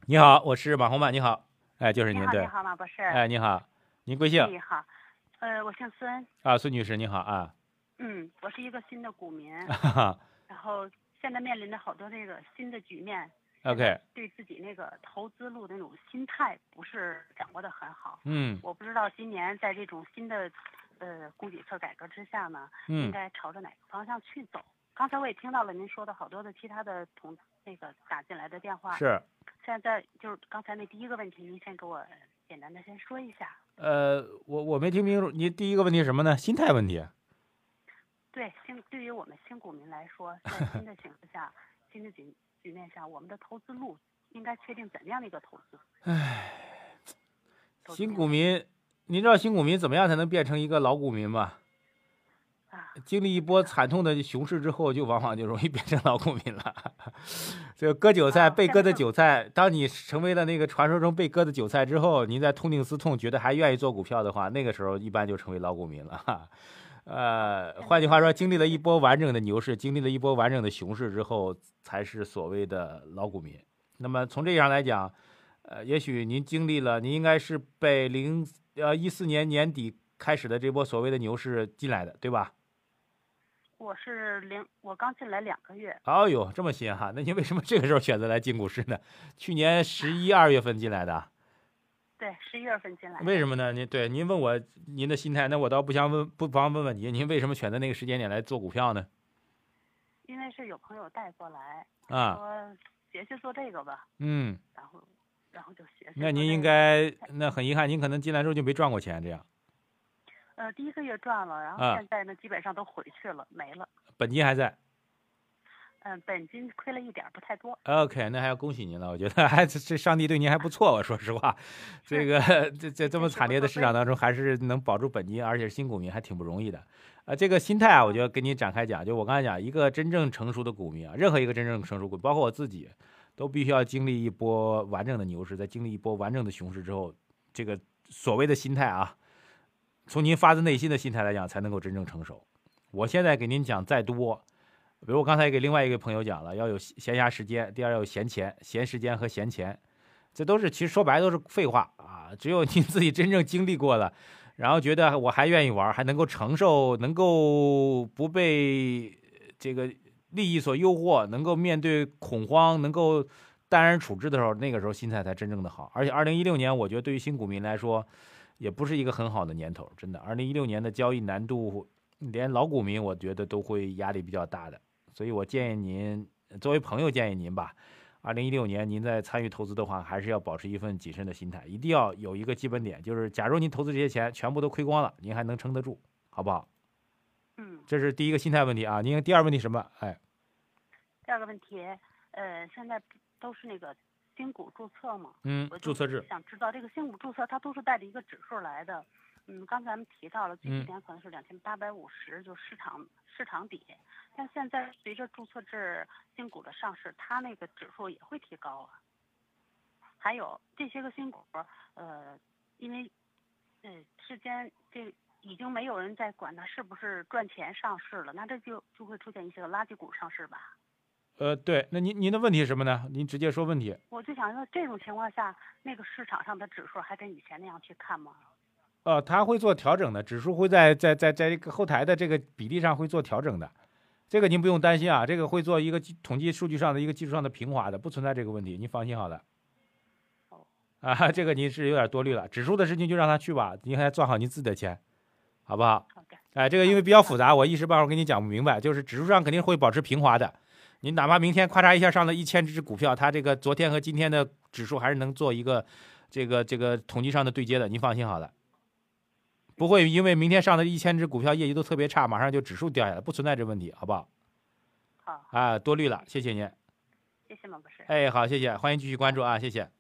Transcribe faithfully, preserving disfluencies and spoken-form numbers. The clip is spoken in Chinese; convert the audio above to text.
你好，我是马红曼，你好，哎，就是您， 你好，你对， 好，马博士。 哎，你好，您贵姓？ 你好，呃，我姓孙。 啊，孙女士，你好啊。 嗯，我是一个新的股民， 哈哈然后现在面临着好多这个新的局面，现在 ，OK， 对自己那个投资路的那种心态不是掌握的很好。 嗯我不知道今年在这种新的呃供给侧改革之下呢，应嗯， 该朝着哪个方向去走？刚才我也听到了您说的好多的其他的同那个打进来的电话， 是， 现在就是刚才那第一个问题，您先给我简单的先说一下。 呃，我我没听清楚，你第一个问题是什么呢？心态问题。 对，新对于我们新股民来说，在新的形势下、新的局局面下，我们的投资路应该确定怎么样的一个投资？ 唉，新投资面向股民，您知道新股民怎么样才能变成一个老股民吗？ 啊， 经历一波惨痛的熊市之后，就往往就容易变成老股民了。这个割韭菜， 啊， 被割的现在是韭菜，当你成为了那个传说中被割的韭菜之后，您再痛定思痛，觉得还愿意做股票的话，那个时候一般就成为老股民了。呃， 现在换句话说，经历了一波完整的牛市，经历了一波完整的熊市之后，才是所谓的老股民。那么从这样来讲，呃，也许您经历了，您应该是被零呃一四年年底开始的这波所谓的牛市进来的，对吧？ 我是零，我刚进来两个月， 哦呦，这么新哈？那您为什么这个时候选择来进股市呢？去年十一二月份进来的， 对，十一月份进来的。 为什么呢？您对您问我您的心态，那我倒不想问，不妨问问您，您为什么选择那个时间点来做股票呢？ 因为是有朋友带过来， 啊， 说学学做这个吧， 嗯， 然后然后就学学那您应做这个。 该，那很遗憾，您可能进来之后就没赚过钱，这样呃，第一个月赚了，然后啊， 现在呢，基本上都回去了，没了。 本金还在。 嗯、本金亏了一点儿，不太多。 OK，那还要恭喜您了，我觉得还这上帝对您还不错，我说实话，这是个这这这么真是惨烈的不错，所以市场当中，还是能保住本金，而且是新股民还挺不容易的。啊，这个心态啊，我嗯就跟你展开讲，就我刚才讲，一个真正成熟的股民啊，任何一个真正成熟股，包括我自己，都必须要经历一波完整的牛市，在经历一波完整的熊市之后，这个所谓的心态啊，从您发自内心的心态来讲，才能够真正成熟。我现在给您讲再多，比如我刚才给另外一个朋友讲了，要有闲暇时间，第二要有闲钱，闲时间和闲钱，这都是其实说白了都是废话啊。只有您自己真正经历过了，然后觉得我还愿意玩，还能够承受，能够不被这个利益所诱惑，能够面对恐慌，能够淡然处之的时候，那个时候心态才真正的好。而且二零一六年，我觉得对于新股民来说，也不是一个很好的年头，真的。二零一六年的交易难度，连老股民我觉得都会压力比较大的。所以我建议您，作为朋友建议您吧，二零一六年您在参与投资的话，还是要保持一份谨慎的心态，一定要有一个基本点，就是假如您投资这些钱全部都亏光了，您还能撑得住，好不好？ 嗯。 这是第一个心态问题啊。您第二问题什么？哎， 第二个问题，呃，现在都是那个新股注册嘛， 嗯， 我就注册制， 想知道这个新股注册它都是带着一个指数来的。嗯，刚才咱们提到了最低嗯， 点可能是两千八百五十，就市场市场底，但现在随着注册制新股的上市，它那个指数也会提高啊。还有这些个新股，呃，因为呃时间这已经没有人在管它是不是赚钱上市了，那这就就会出现一些个垃圾股上市吧。 呃，对，那您您的问题是什么呢？您直接说问题。 我就想说，这种情况下，那个市场上的指数还跟以前那样去看吗？ 呃，它会做调整的，指数会在在在在这个后台的这个比例上会做调整的，这个您不用担心啊，这个会做一个统计数据上的一个技术上的平滑的，不存在这个问题，您放心好了。 哦， 啊，这个您是有点多虑了，指数的事情就让他去吧，您还赚好您自己的钱，好不好？ 好的。 哎，这个因为比较复杂，我一时半会儿跟你讲不明白，就是指数上肯定会保持平滑的。您哪怕明天咔嚓一下上了一千只股票，它这个昨天和今天的指数还是能做一个这个这个统计上的对接的，您放心好了，不会因为明天上的一千只股票业绩都特别差，马上就指数掉下来，不存在这问题，好不好？ 好， 啊，多虑了，谢谢您。 谢谢马博士。 哎，好，谢谢，欢迎继续关注啊，谢谢。